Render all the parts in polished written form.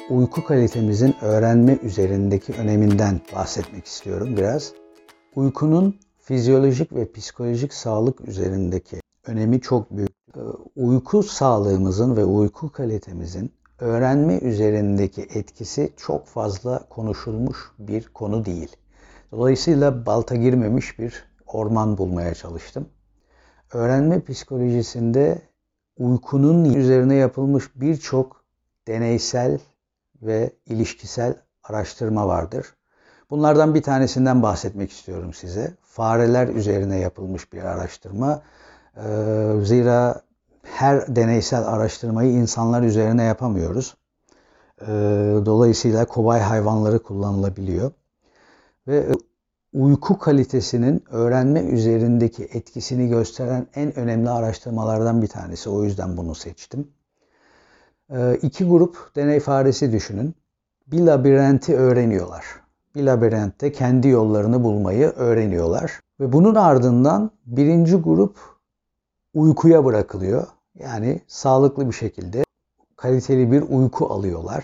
uyku kalitemizin öğrenme üzerindeki öneminden bahsetmek istiyorum biraz. Uykunun fizyolojik ve psikolojik sağlık üzerindeki önemi çok büyük. Uyku sağlığımızın ve uyku kalitemizin öğrenme üzerindeki etkisi çok fazla konuşulmuş bir konu değil. Dolayısıyla balta girmemiş bir orman bulmaya çalıştım. Öğrenme psikolojisinde uykunun üzerine yapılmış birçok deneysel ve ilişkisel araştırma vardır. Bunlardan bir tanesinden bahsetmek istiyorum size. Fareler üzerine yapılmış bir araştırma. Zira her deneysel araştırmayı insanlar üzerine yapamıyoruz. Dolayısıyla kobay hayvanları kullanılabiliyor. Ve uyku kalitesinin öğrenme üzerindeki etkisini gösteren en önemli araştırmalardan bir tanesi. O yüzden bunu seçtim. İki grup deney faresi düşünün. Bir labirenti öğreniyorlar. Bir labirentte kendi yollarını bulmayı öğreniyorlar. Ve bunun ardından birinci grup uykuya bırakılıyor. Yani sağlıklı bir şekilde kaliteli bir uyku alıyorlar.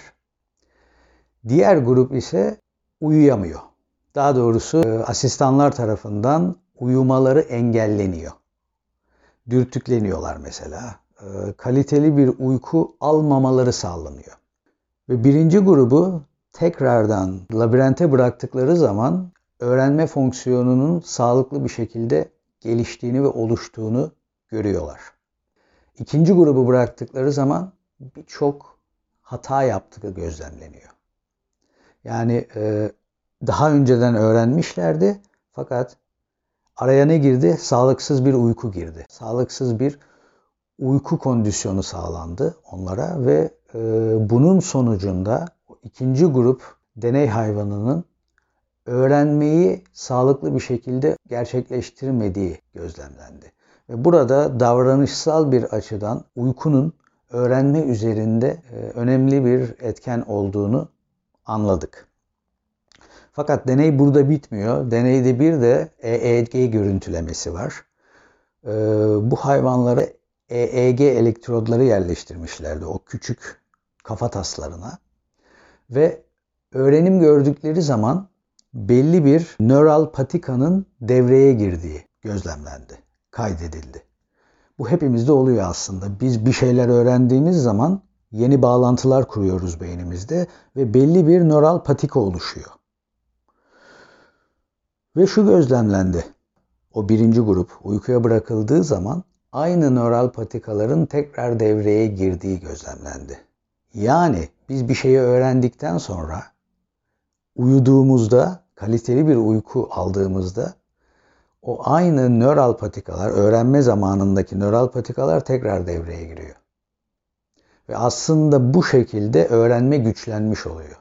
Diğer grup ise uyuyamıyor. Daha doğrusu asistanlar tarafından uyumaları engelleniyor. Dürtükleniyorlar mesela. Kaliteli bir uyku almamaları sağlanıyor. Ve birinci grubu tekrardan labirente bıraktıkları zaman öğrenme fonksiyonunun sağlıklı bir şekilde geliştiğini ve oluştuğunu görüyorlar. İkinci grubu bıraktıkları zaman birçok hata yaptığı gözlemleniyor. Yani daha önceden öğrenmişlerdi fakat araya ne girdi? Sağlıksız bir uyku girdi. Sağlıksız bir uyku kondisyonu sağlandı onlara ve bunun sonucunda ikinci grup deney hayvanının öğrenmeyi sağlıklı bir şekilde gerçekleştirmediği gözlemlendi. Ve burada davranışsal bir açıdan uykunun öğrenme üzerinde önemli bir etken olduğunu anladık. Fakat deney burada bitmiyor. Deneyde bir de EEG görüntülemesi var. Bu hayvanlara EEG elektrodları yerleştirmişlerdi o küçük kafataslarına. Ve öğrenim gördükleri zaman belli bir nöral patikanın devreye girdiği gözlemlendi, kaydedildi. Bu hepimizde oluyor aslında. Biz bir şeyler öğrendiğimiz zaman yeni bağlantılar kuruyoruz beynimizde ve belli bir nöral patika oluşuyor. Ve şu gözlemlendi. O birinci grup uykuya bırakıldığı zaman aynı nöral patikaların tekrar devreye girdiği gözlemlendi. Yani biz bir şeyi öğrendikten sonra uyuduğumuzda, kaliteli bir uyku aldığımızda o aynı nöral patikalar, öğrenme zamanındaki nöral patikalar tekrar devreye giriyor. Ve aslında bu şekilde öğrenme güçlenmiş oluyor.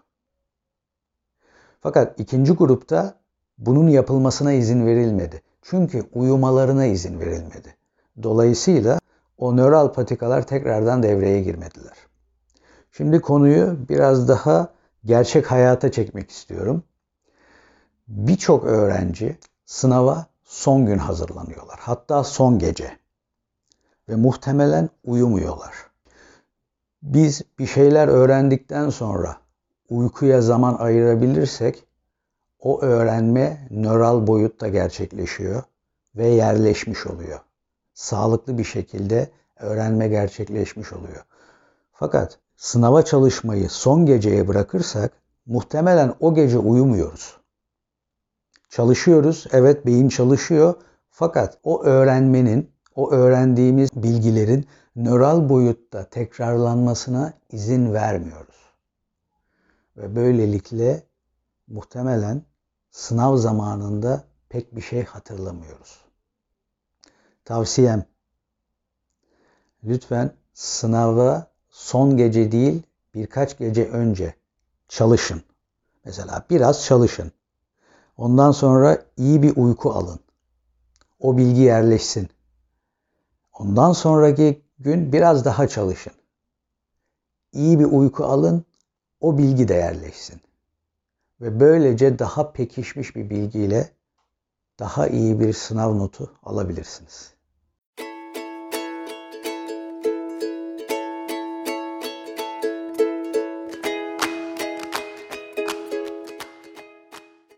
Fakat ikinci grupta bunun yapılmasına izin verilmedi. Çünkü uyumalarına izin verilmedi. Dolayısıyla o nöral patikalar tekrardan devreye girmediler. Şimdi konuyu biraz daha gerçek hayata çekmek istiyorum. Birçok öğrenci sınava son gün hazırlanıyorlar. Hatta son gece. Ve muhtemelen uyumuyorlar. Biz bir şeyler öğrendikten sonra uykuya zaman ayırabilirsek o öğrenme nöral boyutta gerçekleşiyor ve yerleşmiş oluyor. Sağlıklı bir şekilde öğrenme gerçekleşmiş oluyor. Fakat sınava çalışmayı son geceye bırakırsak muhtemelen o gece uyumuyoruz. Çalışıyoruz, evet beyin çalışıyor fakat o öğrenmenin, o öğrendiğimiz bilgilerin nöral boyutta tekrarlanmasına izin vermiyoruz. Ve böylelikle muhtemelen sınav zamanında pek bir şey hatırlamıyoruz. Tavsiyem, lütfen sınava son gece değil birkaç gece önce çalışın. Mesela biraz çalışın. Ondan sonra iyi bir uyku alın. O bilgi yerleşsin. Ondan sonraki gün biraz daha çalışın. İyi bir uyku alın. O bilgi de yerleşsin. Ve böylece daha pekişmiş bir bilgiyle daha iyi bir sınav notu alabilirsiniz.